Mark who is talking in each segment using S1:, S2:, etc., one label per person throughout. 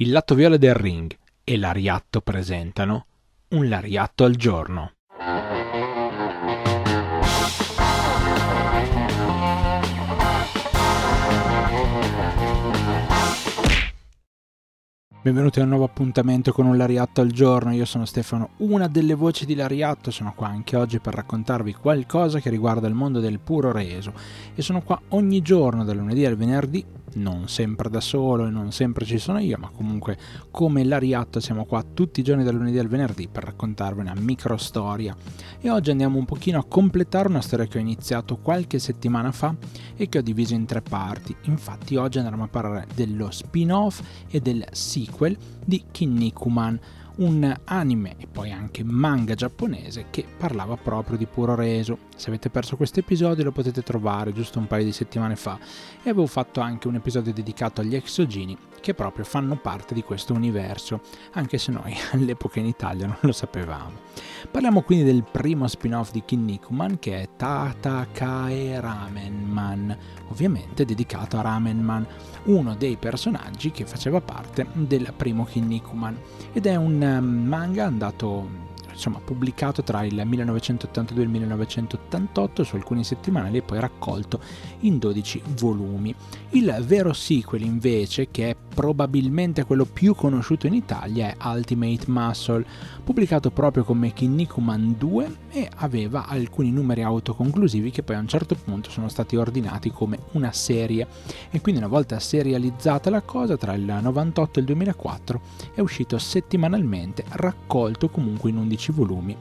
S1: Il lato viola del ring e l'Ariatto presentano Un Lariatto al giorno. Benvenuti a un nuovo appuntamento con Un Lariatto al giorno. Io sono Stefano, una delle voci di Lariatto. Sono qua anche oggi per raccontarvi qualcosa che riguarda il mondo del puro reso e sono qua ogni giorno dal lunedì al venerdì, non sempre da solo e non sempre ci sono io, ma comunque come Lariatto siamo qua tutti i giorni dal lunedì al venerdì per raccontarvi una micro storia. E oggi andiamo un pochino a completare una storia che ho iniziato qualche settimana fa e che ho diviso in 3 parti. Infatti oggi andremo a parlare dello spin-off e del sequel di Kinnikuman, un anime e poi anche manga giapponese che parlava proprio di puro reso. Se avete perso questo episodio lo potete trovare giusto un paio di settimane fa, e avevo fatto anche un episodio dedicato agli exogeni che proprio fanno parte di questo universo, anche se noi all'epoca in Italia non lo sapevamo. Parliamo quindi del primo spin-off di Kinnikuman, che è Tatakae Ramen Man, ovviamente dedicato a Ramen Man, uno dei personaggi che faceva parte del primo Kinnikuman, ed è un manga andato pubblicato tra il 1982 e il 1988 su alcuni settimanali e poi raccolto in 12 volumi. Il vero sequel invece, che è probabilmente quello più conosciuto in Italia, è Ultimate Muscle, pubblicato proprio come Kinnikuman 2 e aveva alcuni numeri autoconclusivi che poi a un certo punto sono stati ordinati come una serie, e quindi una volta serializzata la cosa tra il 98 e il 2004 è uscito settimanalmente, raccolto comunque in 11 volumi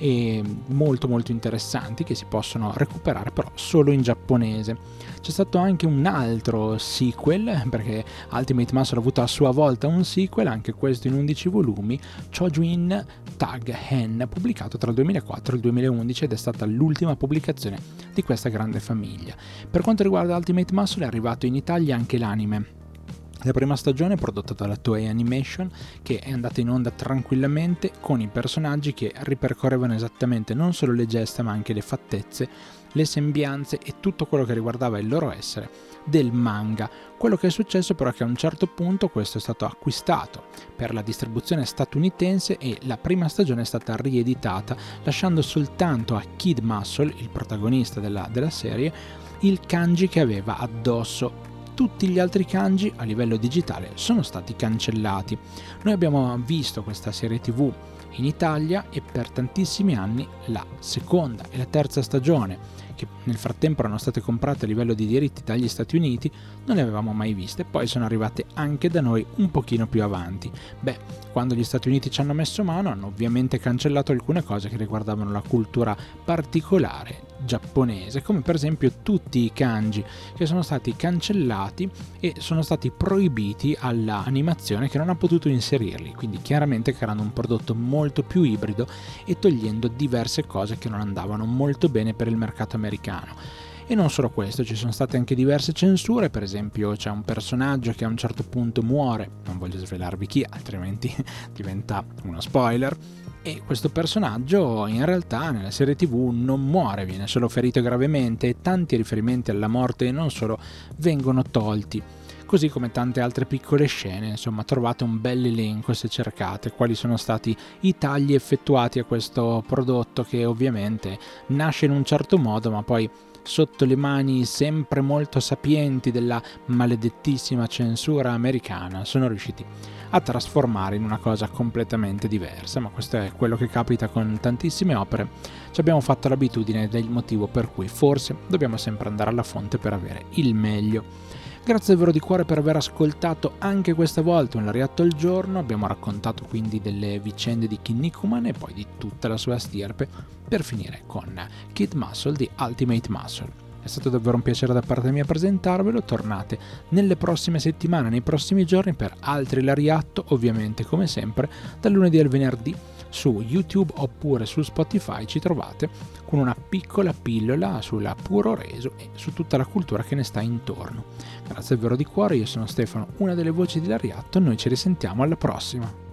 S1: e molto interessanti, che si possono recuperare però solo in giapponese. C'è stato anche un altro sequel, perché Ultimate Muscle ha avuto a sua volta un sequel, anche questo in 11 volumi, Chojuin Tag Hen, pubblicato tra il 2004 e il 2011, ed è stata l'ultima pubblicazione di questa grande famiglia. Per quanto riguarda Ultimate Muscle è arrivato in Italia anche l'anime. La prima stagione è prodotta dalla Toei Animation, che è andata in onda tranquillamente con i personaggi che ripercorrevano esattamente non solo le gesta ma anche le fattezze, le sembianze e tutto quello che riguardava il loro essere del manga. Quello che è successo però è che a un certo punto questo è stato acquistato per la distribuzione statunitense e la prima stagione è stata rieditata, lasciando soltanto a Kid Muscle, il protagonista della serie, il kanji che aveva addosso. Tutti gli altri kanji a livello digitale sono stati cancellati. Noi abbiamo visto questa serie TV in Italia e per tantissimi anni la seconda e la terza stagione, che nel frattempo erano state comprate a livello di diritti dagli Stati Uniti, non le avevamo mai viste. Poi sono arrivate anche da noi un pochino più avanti. Quando gli Stati Uniti ci hanno messo mano hanno ovviamente cancellato alcune cose che riguardavano la cultura particolare giapponese, come per esempio tutti i kanji che sono stati cancellati e sono stati proibiti all'animazione, che non ha potuto inserirli, quindi chiaramente creando un prodotto molto più ibrido e togliendo diverse cose che non andavano molto bene per il mercato americano. E non solo questo, ci sono state anche diverse censure. Per esempio c'è un personaggio che a un certo punto muore, non voglio svelarvi chi, altrimenti diventa uno spoiler, e questo personaggio in realtà nella serie TV non muore, viene solo ferito gravemente, e tanti riferimenti alla morte e non solo vengono tolti, così come tante altre piccole scene. Insomma, trovate un bel elenco se cercate quali sono stati i tagli effettuati a questo prodotto, che ovviamente nasce in un certo modo ma poi sotto le mani sempre molto sapienti della maledettissima censura americana sono riusciti a trasformare in una cosa completamente diversa. Ma questo è quello che capita con tantissime opere. Ci abbiamo fatto l'abitudine ed è il motivo per cui forse dobbiamo sempre andare alla fonte per avere il meglio. Grazie davvero di cuore per aver ascoltato anche questa volta Un Lariatto al giorno. Abbiamo raccontato quindi delle vicende di Kinnikuman e poi di tutta la sua stirpe, per finire con Kid Muscle di Ultimate Muscle. È stato davvero un piacere da parte mia presentarvelo. Tornate nelle prossime settimane, nei prossimi giorni, per altri Lariatto, ovviamente come sempre dal lunedì al venerdì su YouTube oppure su Spotify. Ci trovate con una piccola pillola sul puro reso e su tutta la cultura che ne sta intorno. Grazie davvero di cuore, io sono Stefano, una delle voci di Lariatto, e noi ci risentiamo alla prossima.